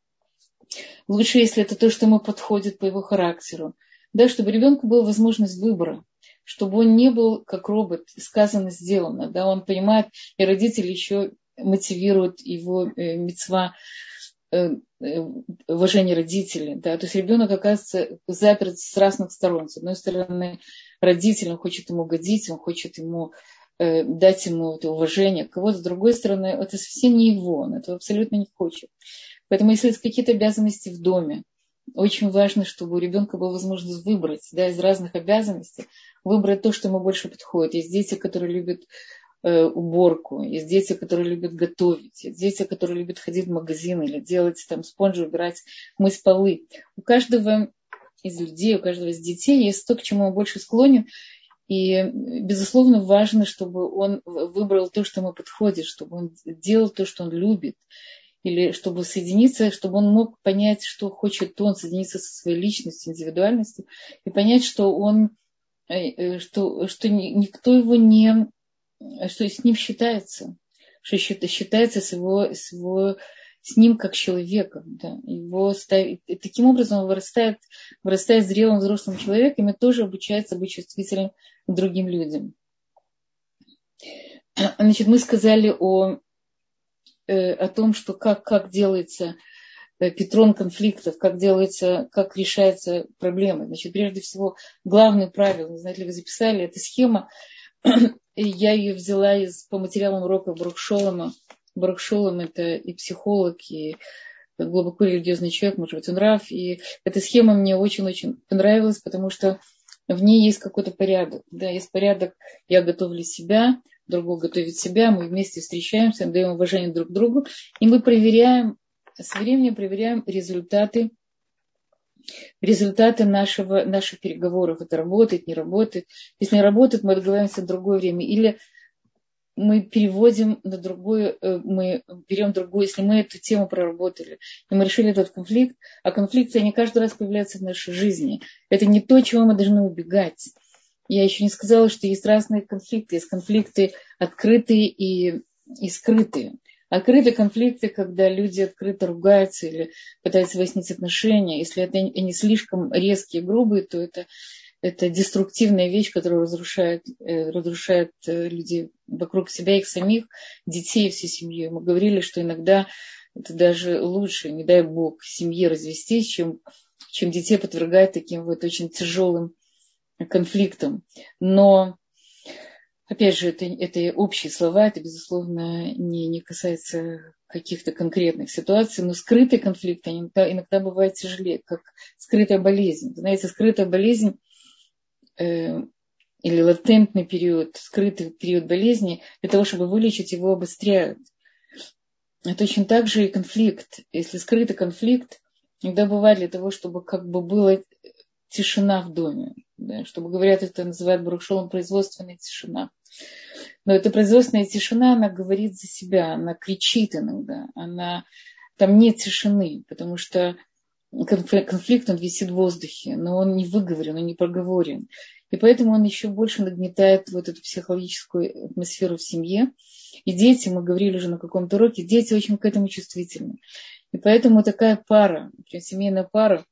Лучше, если это то, что ему подходит по его характеру. Да, чтобы ребенку была возможность выбора. Чтобы он не был как робот, сказано, сделано. Да, он понимает, и родители еще мотивируют его э, мицва, э, э, уважение родителей. Да. То есть ребенок оказывается заперт с разных сторон. С одной стороны, родитель, он хочет ему угодить, он хочет ему э, дать ему это уважение. Кого-то с другой стороны, это совсем не его, он этого абсолютно не хочет. Поэтому если есть какие-то обязанности в доме, очень важно, чтобы у ребенка была возможность выбрать, да, из разных обязанностей, выбрать то, что ему больше подходит. Есть дети, которые любят э, уборку, есть дети, которые любят готовить, есть дети, которые любят ходить в магазин или делать там спонжи, убирать, мыть полы. У каждого из людей, у каждого из детей есть то, к чему он больше склонен. И, безусловно, важно, чтобы он выбрал то, что ему подходит, чтобы он делал то, что он любит. Или чтобы соединиться, чтобы он мог понять, что хочет он, соединиться со своей личностью, индивидуальностью, и понять, что он, что, что никто его не, что с ним считается, что считается с его, с его, с ним как человеком, да. Его ставит, и таким образом он вырастает, вырастает зрелым взрослым человеком и тоже обучается быть чувствительным к другим людям. Значит, мы сказали о о том, что как, как делается патрон конфликтов, как делается, как решаются проблемы. Значит, прежде всего, главное правило, не знаю, ли вы записали, это схема. Я ее взяла из, по материалам урока Барух Шолома. Барух Шолом — это и психолог, и как глубоко религиозный человек, может быть, он рав. И эта схема мне очень-очень понравилась, потому что в ней есть какой-то порядок. Да, есть порядок, я готовлю себя, другой готовит себя, мы вместе встречаемся, даем уважение друг другу, и мы проверяем, со временем проверяем результаты, результаты нашего, наших переговоров. Это работает, не работает. Если не работает, мы договариваемся на другое время. Или мы переводим на другую, мы берем другую, если мы эту тему проработали, и мы решили этот конфликт, а конфликты, они каждый раз появляются в нашей жизни. Это не то, чего мы должны убегать. Я еще не сказала, что есть разные конфликты. Есть конфликты открытые и, и скрытые. Открытые конфликты, когда люди открыто ругаются или пытаются выяснить отношения. Если это они слишком резкие и грубые, то это Это деструктивная вещь, которая разрушает, разрушает людей вокруг себя, их самих, детей, всей семьи. Мы говорили, что иногда это даже лучше, не дай бог, семье развестись, чем, чем детей подвергать таким вот очень тяжелым конфликтам. Но, опять же, это, это общие слова, это, безусловно, не, не касается каких-то конкретных ситуаций, но скрытые конфликты иногда, иногда бывают тяжелее, как скрытая болезнь. Знаете, скрытая болезнь или латентный период, скрытый период болезни, для того, чтобы вылечить его, обостряют. А точно так же и конфликт. Если скрытый конфликт, иногда бывает для того, чтобы как бы была тишина в доме. Да, чтобы, говорят, это называют Барух шолом производственная тишина. Но эта производственная тишина, она говорит за себя, она кричит иногда. Она... Там нет тишины, потому что конфликт, он висит в воздухе, но он не выговорен, он не проговорен. И поэтому он еще больше нагнетает вот эту психологическую атмосферу в семье. И дети, мы говорили уже на каком-то уроке, дети очень к этому чувствительны. И поэтому такая пара, например, семейная пара,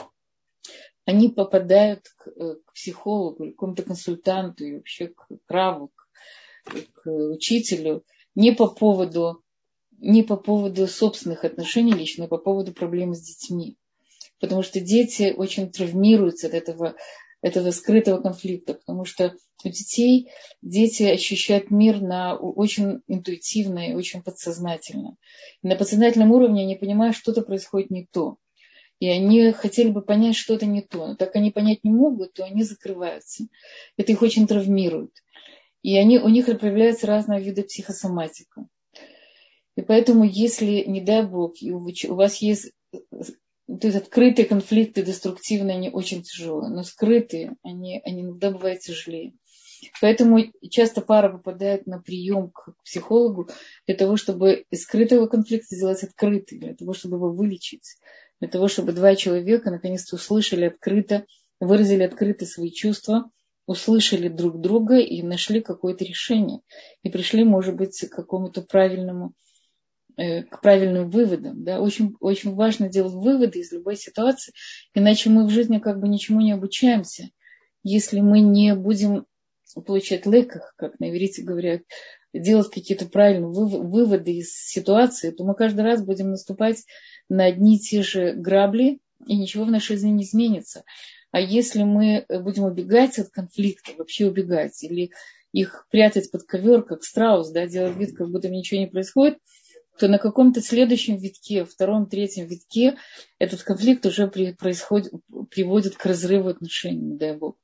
они попадают к, к психологу, к какому-то консультанту, и вообще к раву, к, к учителю, не по поводу, не по поводу собственных отношений лично, а по поводу проблем с детьми. Потому что дети очень травмируются от этого, этого скрытого конфликта, потому что у детей дети ощущают мир на очень интуитивно и очень подсознательно. И на подсознательном уровне они понимают, что-то происходит не то. И они хотели бы понять, что это не то. Но так они понять не могут, то они закрываются. Это их очень травмирует. И они, у них проявляются разные виды психосоматика. И поэтому, если, не дай Бог, у вас есть... То есть открытые конфликты, деструктивные, они очень тяжелые, но скрытые, они, они иногда бывают тяжелее. Поэтому часто пара попадает на прием к психологу для того, чтобы из скрытого конфликта сделать открытый, для того, чтобы его вылечить, для того, чтобы два человека наконец-то услышали открыто, выразили открыто свои чувства, услышали друг друга и нашли какое-то решение. И пришли, может быть, к какому-то правильному к правильным выводам. Да? Очень, очень важно делать выводы из любой ситуации, иначе мы в жизни как бы ничему не обучаемся. Если мы не будем получать леках, как на иврите говорят, делать какие-то правильные выводы из ситуации, то мы каждый раз будем наступать на одни и те же грабли, и ничего в нашей жизни не изменится. А если мы будем убегать от конфликта, вообще убегать, или их прятать под ковер, как страус, да, делать вид, как будто ничего не происходит, то на каком-то следующем витке, втором, третьем витке этот конфликт уже при, происходит, приводит к разрыву отношений, не дай Бог.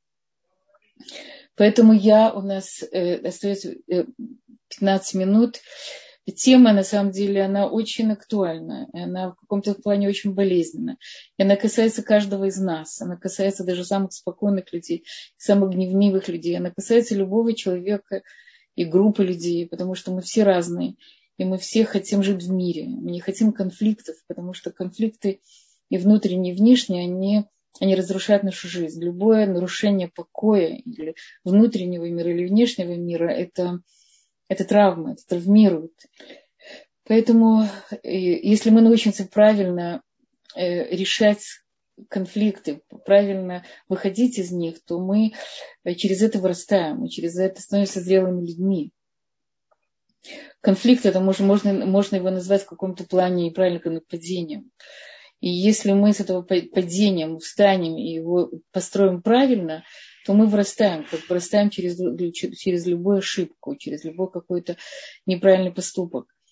Поэтому я, у нас э, остается э, пятнадцать минут. Тема, на самом деле, она очень актуальна. Она в каком-то плане очень болезненна. И она касается каждого из нас. Она касается даже самых спокойных людей, самых гневливых людей. Она касается любого человека и группы людей, потому что мы все разные. И мы все хотим жить в мире. Мы не хотим конфликтов, потому что конфликты и внутренние, и внешние, они, они разрушают нашу жизнь. Любое нарушение покоя или внутреннего мира, или внешнего мира, это, это травма, это травмирует. Поэтому, если мы научимся правильно решать конфликты, правильно выходить из них, то мы через это вырастаем, и через это становимся зрелыми людьми. Конфликт, это можно, можно, можно его назвать в каком-то плане неправильным падением. И если мы с этого падения встанем и его построим правильно, то мы вырастаем, как вырастаем через, через любую ошибку, через любой какой-то неправильный поступок.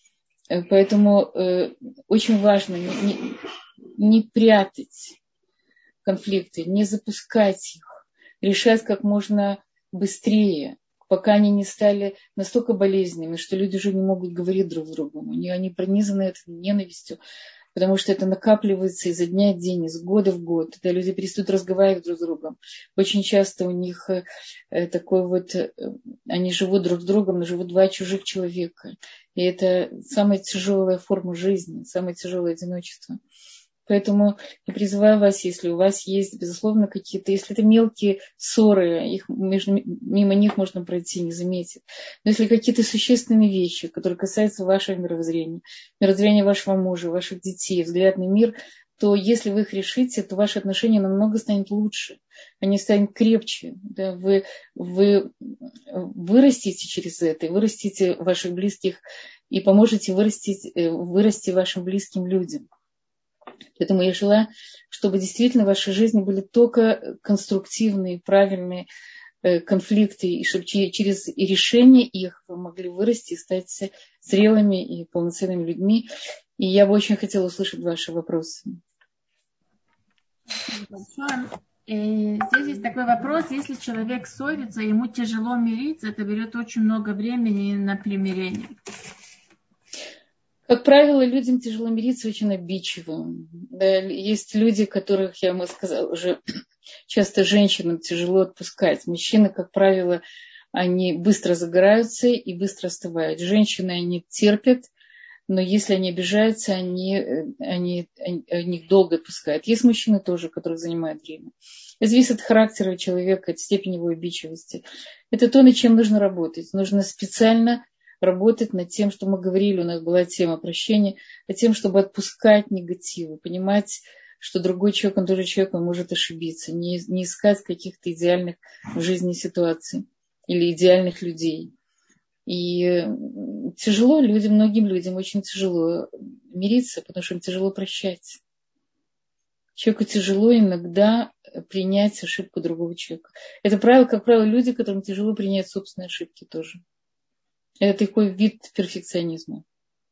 Поэтому э, очень важно не, не, не прятать конфликты, не запускать их, решать как можно быстрее, пока они не стали настолько болезненными, что люди уже не могут говорить друг с другом. Они, они пронизаны этой ненавистью, потому что это накапливается изо дня в день, из года в год. Когда люди перестают разговаривать друг с другом. Очень часто у них э, такой вот... Э, они живут друг с другом, но живут два чужих человека. И это самая тяжелая форма жизни, самое тяжелое одиночество. Поэтому я призываю вас, если у вас есть, безусловно, какие-то, если это мелкие ссоры, их, между, мимо них можно пройти, не заметить. Но если какие-то существенные вещи, которые касаются вашего мировоззрения, мировоззрения вашего мужа, ваших детей, взгляд на мир, то если вы их решите, то ваши отношения намного станут лучше, они станут крепче. Да? Вы, вы вырастите через это, вырастите ваших близких и поможете вырастить, вырасти вашим близким людям. Поэтому я желаю, чтобы действительно в вашей жизни были только конструктивные, правильные конфликты, и чтобы через решение их вы могли вырасти и стать зрелыми и полноценными людьми. И я бы очень хотела услышать ваши вопросы. И здесь есть такой вопрос: если человек ссорится, ему тяжело мириться, это берет очень много времени на примирение. Как правило, людям тяжело мириться очень обидчиво. Да, есть люди, которых, я вам сказала, уже часто женщинам тяжело отпускать. Мужчины, как правило, они быстро загораются и быстро остывают. Женщины, они терпят, но если они обижаются, они, они, они, они их долго отпускают. Есть мужчины тоже, которые занимают время. Это зависит от характера человека, от степени его обидчивости. Это то, над чем нужно работать. Нужно специально работать над тем, что мы говорили, у нас была тема прощения, над тем, чтобы отпускать негативы, понимать, что другой человек, он тоже человек, он может ошибиться, не, не искать каких-то идеальных в жизни ситуаций или идеальных людей. И тяжело людям, многим людям очень тяжело мириться, потому что им тяжело прощать. Человеку тяжело иногда принять ошибку другого человека. Это правило, как правило, люди, которым тяжело принять собственные ошибки тоже. Это такой вид перфекционизма.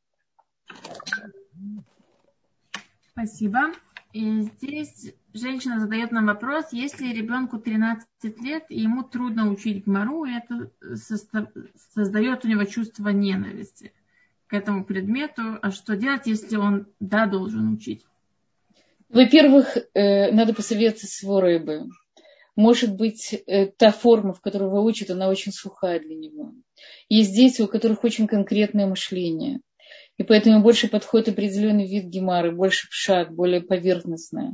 Спасибо. И здесь женщина задает нам вопрос: если ребенку тринадцать лет, и ему трудно учить гмару, и это создает у него чувство ненависти к этому предмету, а что делать, если он, да, должен учить? Во-первых, надо посоветоваться с его рэбе. Может быть, та форма, в которой его учат, она очень сухая для него. Есть дети, у которых очень конкретное мышление. И поэтому больше подходит определенный вид гемары, больше пшат, более поверхностное.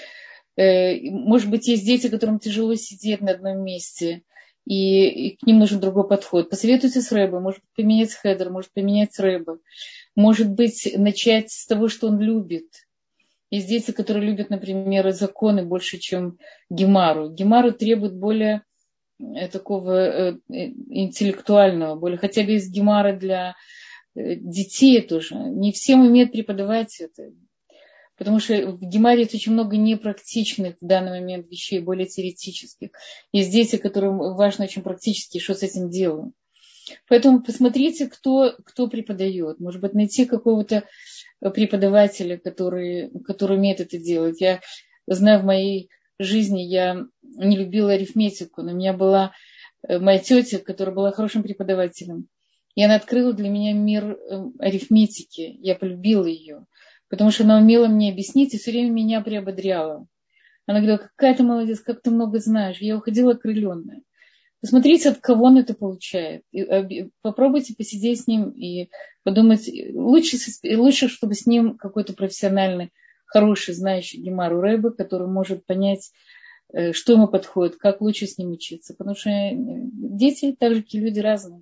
Может быть, есть дети, которым тяжело сидеть на одном месте, и, и к ним нужен другой подход. Посоветуйте с рэбе, может поменять хедер, может поменять рэбе. Может быть, начать с того, что он любит. Есть дети, которые любят, например, законы больше, чем гемару. Гемару требует более такого интеллектуального, более, хотя бы есть гемара для детей тоже. Не всем умеют преподавать это. Потому что в гемаре есть очень много непрактичных в данный момент вещей, более теоретических. Есть дети, которым важно очень практически, что с этим делать. Поэтому посмотрите, кто, кто преподает. Может быть, найти какого-то преподавателя, который, который умеет это делать. Я знаю, в моей жизни я не любила арифметику, но у меня была моя тетя, которая была хорошим преподавателем. И она открыла для меня мир арифметики. Я полюбила ее, потому что она умела мне объяснить и все время меня приободряла. Она говорила: какая ты молодец, как ты много знаешь. Я уходила окрыленная. Посмотрите, от кого он это получает. И попробуйте посидеть с ним и подумать. Лучше, лучше, чтобы с ним какой-то профессиональный, хороший, знающий гемару рэбе, который может понять, что ему подходит, как лучше с ним учиться. Потому что дети, так же, как и люди, разные.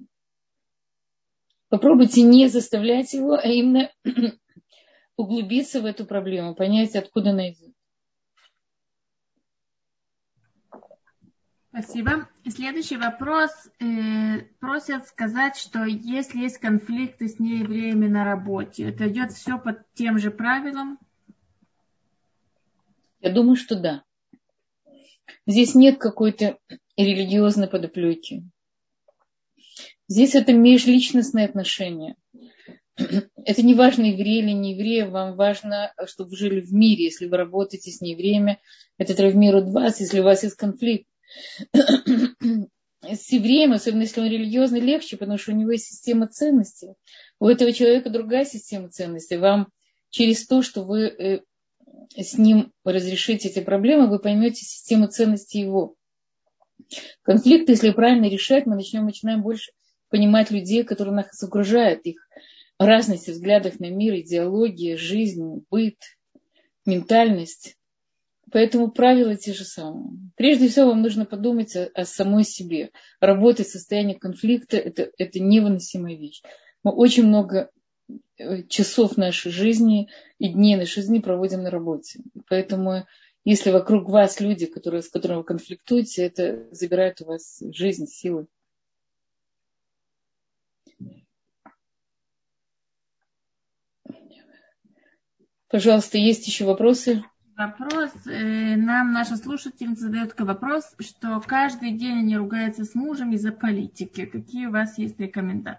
Попробуйте не заставлять его, а именно углубиться в эту проблему, понять, откуда она идет. Спасибо. Следующий вопрос. Э, просят сказать, что если есть конфликты с неевреями на работе, это идет все по тем же правилам? Я думаю, что да. Здесь нет какой-то религиозной подоплеки. Здесь это межличностные отношения. это не важно, еврей или не еврей, вам важно, чтобы вы жили в мире. Если вы работаете с неевреями, это травмирует вас, если у вас есть конфликт. С евреем, особенно если он религиозный, легче, потому что у него есть система ценностей. У этого человека другая система ценностей. Вам через то, что вы с ним разрешите эти проблемы, вы поймете систему ценностей его. Конфликты, если правильно решать, мы начнем, начинаем больше понимать людей, которые нас окружают, их разности взглядов на мир, идеология, жизнь, быт, ментальность. Поэтому правила те же самые. Прежде всего, вам нужно подумать о, о самой себе. Работать в состоянии конфликта это, – это невыносимая вещь. Мы очень много часов нашей жизни и дней нашей жизни проводим на работе. Поэтому, если вокруг вас люди, которые, с которыми вы конфликтуете, это забирает у вас жизнь, силы. Пожалуйста, есть еще вопросы? Вопрос. Нам наша слушательница задает такой вопрос, что каждый день они ругаются с мужем из-за политики. Какие у вас есть рекомендации?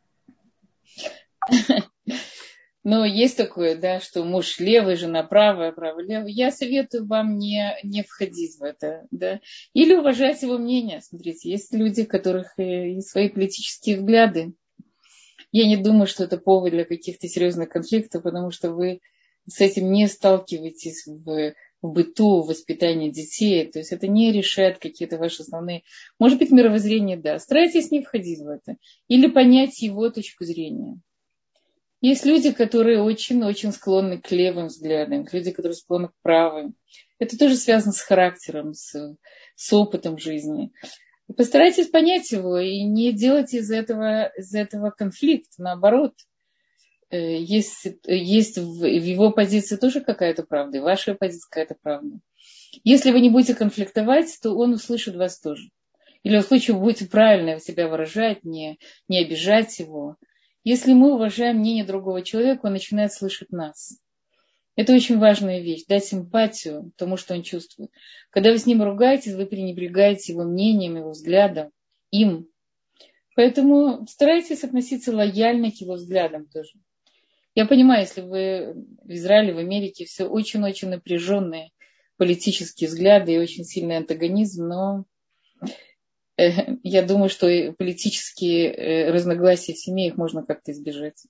Ну, есть такое, да, что муж левый, жена правая, правая, левая. Я советую вам не, не входить в это, да. Или уважать его мнение. Смотрите, есть люди, у которых есть свои политические взгляды. Я не думаю, что это повод для каких-то серьезных конфликтов, потому что вы с этим не сталкиваетесь в, в быту, в воспитании детей. То есть это не решает какие-то ваши основные... Может быть, мировоззрение, да. Старайтесь не входить в это. Или понять его точку зрения. Есть люди, которые очень-очень склонны к левым взглядам, люди, которые склонны к правым. Это тоже связано с характером, с, с опытом жизни. Постарайтесь понять его и не делать из этого, из этого конфликт. Наоборот, есть, есть в, в его позиции тоже какая-то правда, и ваша позиция какая-то правда. Если вы не будете конфликтовать, то он услышит вас тоже. Или в случае вы будете правильно себя выражать, не, не обижать его. Если мы уважаем мнение другого человека, он начинает слышать нас. Это очень важная вещь, дать эмпатию тому, что он чувствует. Когда вы с ним ругаетесь, вы пренебрегаете его мнением, его взглядом, им. Поэтому старайтесь относиться лояльно к его взглядам тоже. Я понимаю, если вы в Израиле, в Америке, все очень-очень напряженные политические взгляды и очень сильный антагонизм, но э, я думаю, что политические э, разногласия в семье их можно как-то избежать.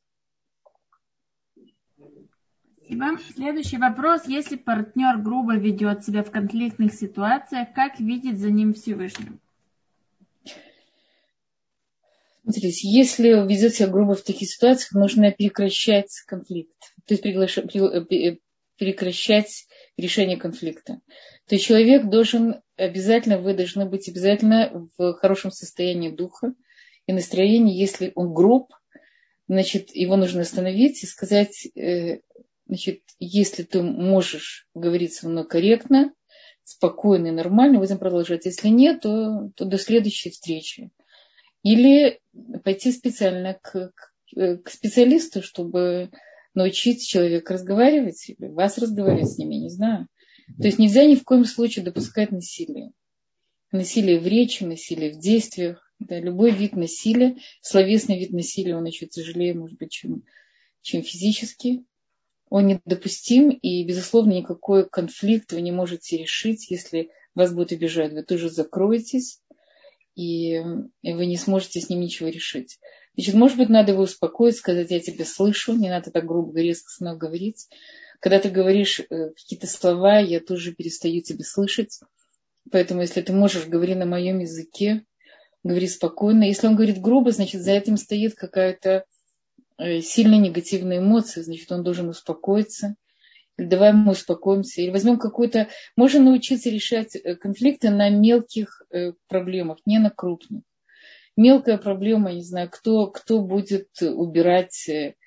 Спасибо. Следующий вопрос. Если партнер грубо ведет себя в конфликтных ситуациях, как видеть за ним Всевышнего? Смотрите, если вы ведете себя грубо в таких ситуациях, нужно прекращать конфликт. То есть приглаш... прекращать решение конфликта. То есть человек должен обязательно, вы должны быть обязательно в хорошем состоянии духа и настроении. Если он груб, значит, его нужно остановить и сказать, значит, если ты можешь говорить со мной корректно, спокойно и нормально, будем продолжать. Если нет, то, то до следующей встречи. Или пойти специально к, к, к специалисту, чтобы научить человека разговаривать, или вас разговаривать с ними, не знаю. То есть нельзя ни в коем случае допускать насилие. Насилие в речи, насилие в действиях. Да, любой вид насилия, словесный вид насилия, он еще тяжелее, может быть, чем, чем физический. Он недопустим, и, безусловно, никакой конфликт вы не можете решить, если вас будут обижать. Вы тоже закроетесь, и, и вы не сможете с ним ничего решить. Значит, может быть, надо его успокоить, сказать, я тебя слышу, не надо так грубо, резко с мной говорить. Когда ты говоришь э, какие-то слова, я тоже перестаю тебя слышать. Поэтому, если ты можешь, говори на моем языке, говори спокойно. Если он говорит грубо, значит, за этим стоит какая-то э, сильная негативная эмоция, значит, он должен успокоиться. Или давай мы успокоимся. Или возьмем какую-то... Можно научиться решать конфликты на мелких э, проблемах, не на крупных. Мелкая проблема, не знаю, кто, кто будет убирать,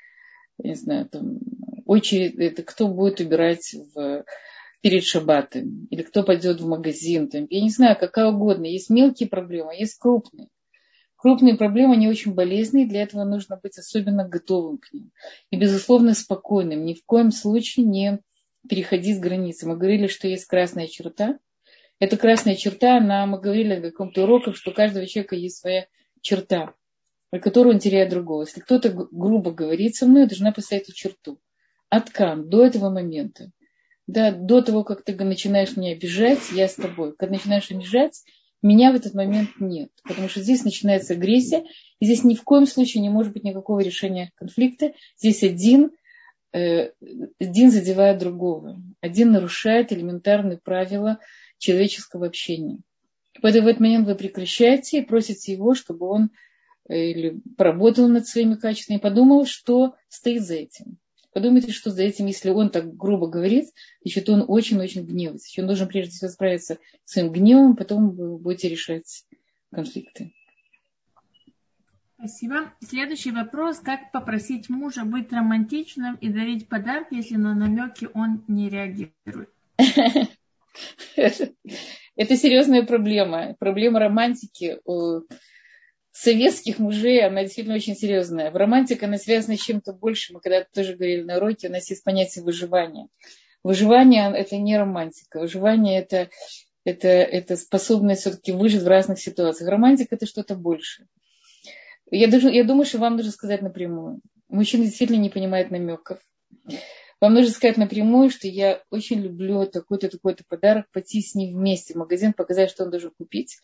не знаю, там, очередь, это кто будет убирать в, перед шаббатом, или кто пойдет в магазин, там, я не знаю, какая угодно. Есть мелкие проблемы, есть крупные. Крупные проблемы, они очень болезненные, для этого нужно быть особенно готовым к ним. И, безусловно, спокойным. Ни в коем случае не переходить границы. Мы говорили, что есть красная черта. Эта красная черта, она, мы говорили на каком-то уроке, что у каждого человека есть своя черта. про которую он теряет другого. Если кто-то грубо говорит со мной, я должна поставить эту черту. Откам, до этого момента. Да, до того, как ты начинаешь меня обижать, я с тобой. Когда начинаешь обижать, меня в этот момент нет. Потому что здесь начинается агрессия, и здесь ни в коем случае не может быть никакого решения конфликта. Здесь один, э, один задевает другого. Один нарушает элементарные правила человеческого общения. Поэтому в этот момент вы прекращаете и просите его, чтобы он или поработал над своими качествами, подумал, что стоит за этим. Подумайте, что за этим, если он так грубо говорит, значит, он очень-очень гневается. Он должен прежде всего справиться с своим гневом, потом вы будете решать конфликты. Спасибо. Следующий вопрос. Как попросить мужа быть романтичным и дарить подарки, если на намеки он не реагирует? Это серьезная проблема. Проблема романтики советских мужей, она действительно очень серьезная. В романтике она связана с чем-то большим. Мы когда-то тоже говорили на уроке, у нас есть понятие выживания. Выживание – это не романтика. Выживание – это, это, это способность все-таки выжить в разных ситуациях. Романтика – это что-то большее. Я, даже, я думаю, что вам нужно сказать напрямую. Мужчина действительно не понимает намеков. Вам нужно сказать напрямую, что я очень люблю такой-то, такой-то подарок, пойти с ним вместе в магазин, показать, что он должен купить.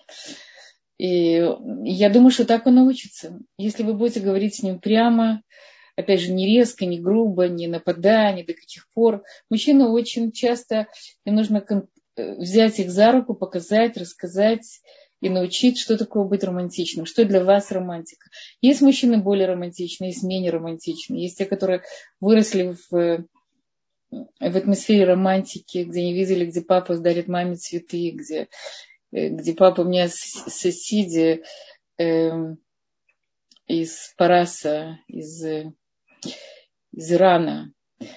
И я думаю, что так он научится. Если вы будете говорить с ним прямо, опять же, не резко, не грубо, не нападая, ни до каких пор. Мужчину очень часто им нужно взять их за руку, показать, рассказать и научить, что такое быть романтичным, что для вас романтика. Есть мужчины более романтичные, есть менее романтичные. Есть те, которые выросли в, в атмосфере романтики, где не видели, где папа дарит маме цветы, где... где папа у меня соседи э, из Параса, из, из Ирана.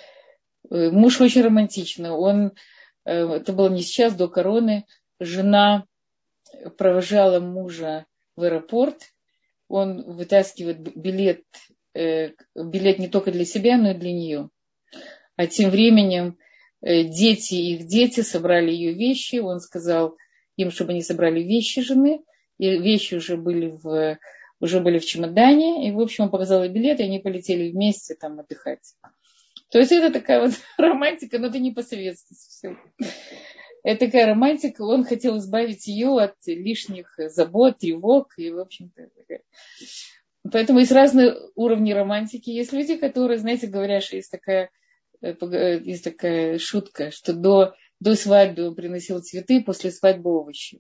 Муж очень романтичный. Он, э, это было не сейчас, до короны. Жена провожала мужа в аэропорт. Он вытаскивает билет, э, билет не только для себя, но и для нее. А тем временем э, дети, их дети собрали ее вещи. Он сказал им, чтобы они собрали вещи жены, и вещи уже были в, уже были в чемодане, и, в общем, он показал ей билет, и они полетели вместе там отдыхать. То есть это такая вот романтика, но это не по-советски. Это такая романтика, он хотел избавить ее от лишних забот, тревог, и, в общем-то, такая. Поэтому есть разные уровни романтики. Есть люди, которые, знаете, говорят, что есть такая, есть такая шутка, что до До свадьбы он приносил цветы, после свадьбы овощи.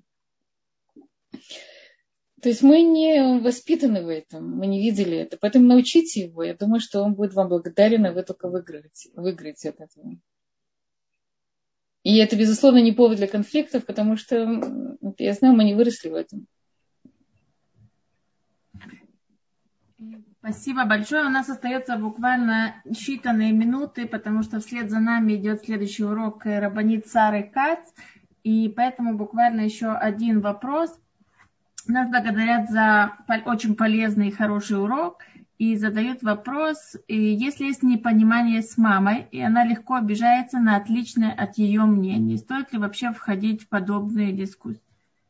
То есть мы не воспитаны в этом, мы не видели это. Поэтому научите его. Я думаю, что он будет вам благодарен, а вы только выиграете, выиграете от этого. И это, безусловно, не повод для конфликтов, потому что, я знаю, мы не выросли в этом. Спасибо большое. У нас остается буквально считанные минуты, потому что вслед за нами идет следующий урок рабанит Сары Кац. И поэтому буквально еще один вопрос. Нас благодарят за очень полезный и хороший урок. И задают вопрос, если есть непонимание с мамой, и она легко обижается на отличное от ее мнения, стоит ли вообще входить в подобные дискуссии?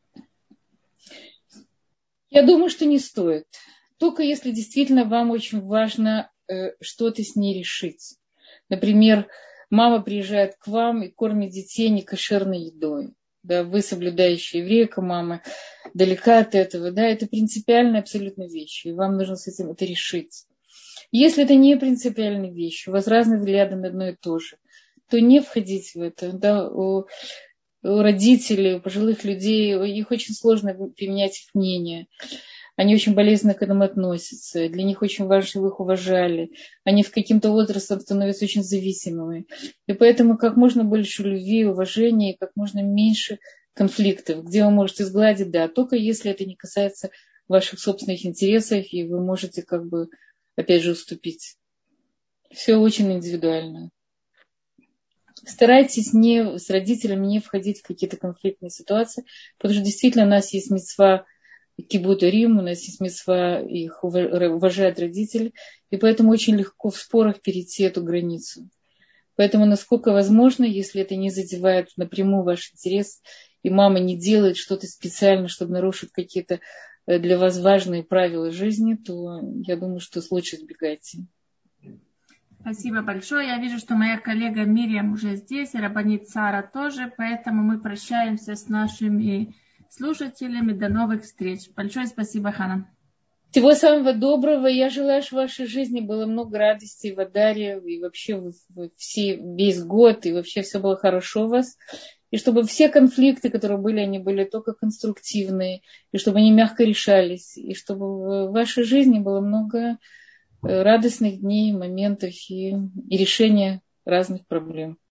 Я думаю, что не стоит. Только если действительно вам очень важно э, что-то с ней решить. Например, мама приезжает к вам и кормит детей некошерной едой. Да, вы, соблюдающая еврейка, мама, далека от этого. Да, это принципиальная абсолютно вещь. И вам нужно с этим это решить. Если это не принципиальная вещь, у вас разные взгляды на одно и то же, то не входите в это. Да, у, у родителей, у пожилых людей, их очень сложно применять их мнение. Они очень болезненно к этому относятся. Для них очень важно, чтобы их уважали. Они в каким-то возрастом становятся очень зависимыми. И поэтому как можно больше любви, уважения, и как можно меньше конфликтов, где вы можете сгладить, да, только если это не касается ваших собственных интересов, и вы можете как бы, опять же, уступить. Все очень индивидуально. Старайтесь не, с родителями не входить в какие-то конфликтные ситуации, потому что действительно у нас есть мицва кибут урим, у нас есть мицва, их уважают родители, и поэтому очень легко в спорах перейти эту границу. Поэтому, насколько возможно, если это не задевает напрямую ваш интерес, и мама не делает что-то специально, чтобы нарушить какие-то для вас важные правила жизни, то я думаю, что лучше избегайте. Спасибо большое. Я вижу, что моя коллега Мирьям уже здесь, и рабанит Сара тоже, поэтому мы прощаемся с нашими слушателями. До новых встреч. Большое спасибо, Хана. Всего самого доброго. Я желаю, чтобы в вашей жизни было много радости в Адаре, и вообще все, весь год, и вообще все было хорошо у вас. И чтобы все конфликты, которые были, они были только конструктивные, и чтобы они мягко решались, и чтобы в вашей жизни было много радостных дней, моментов и, и решения разных проблем.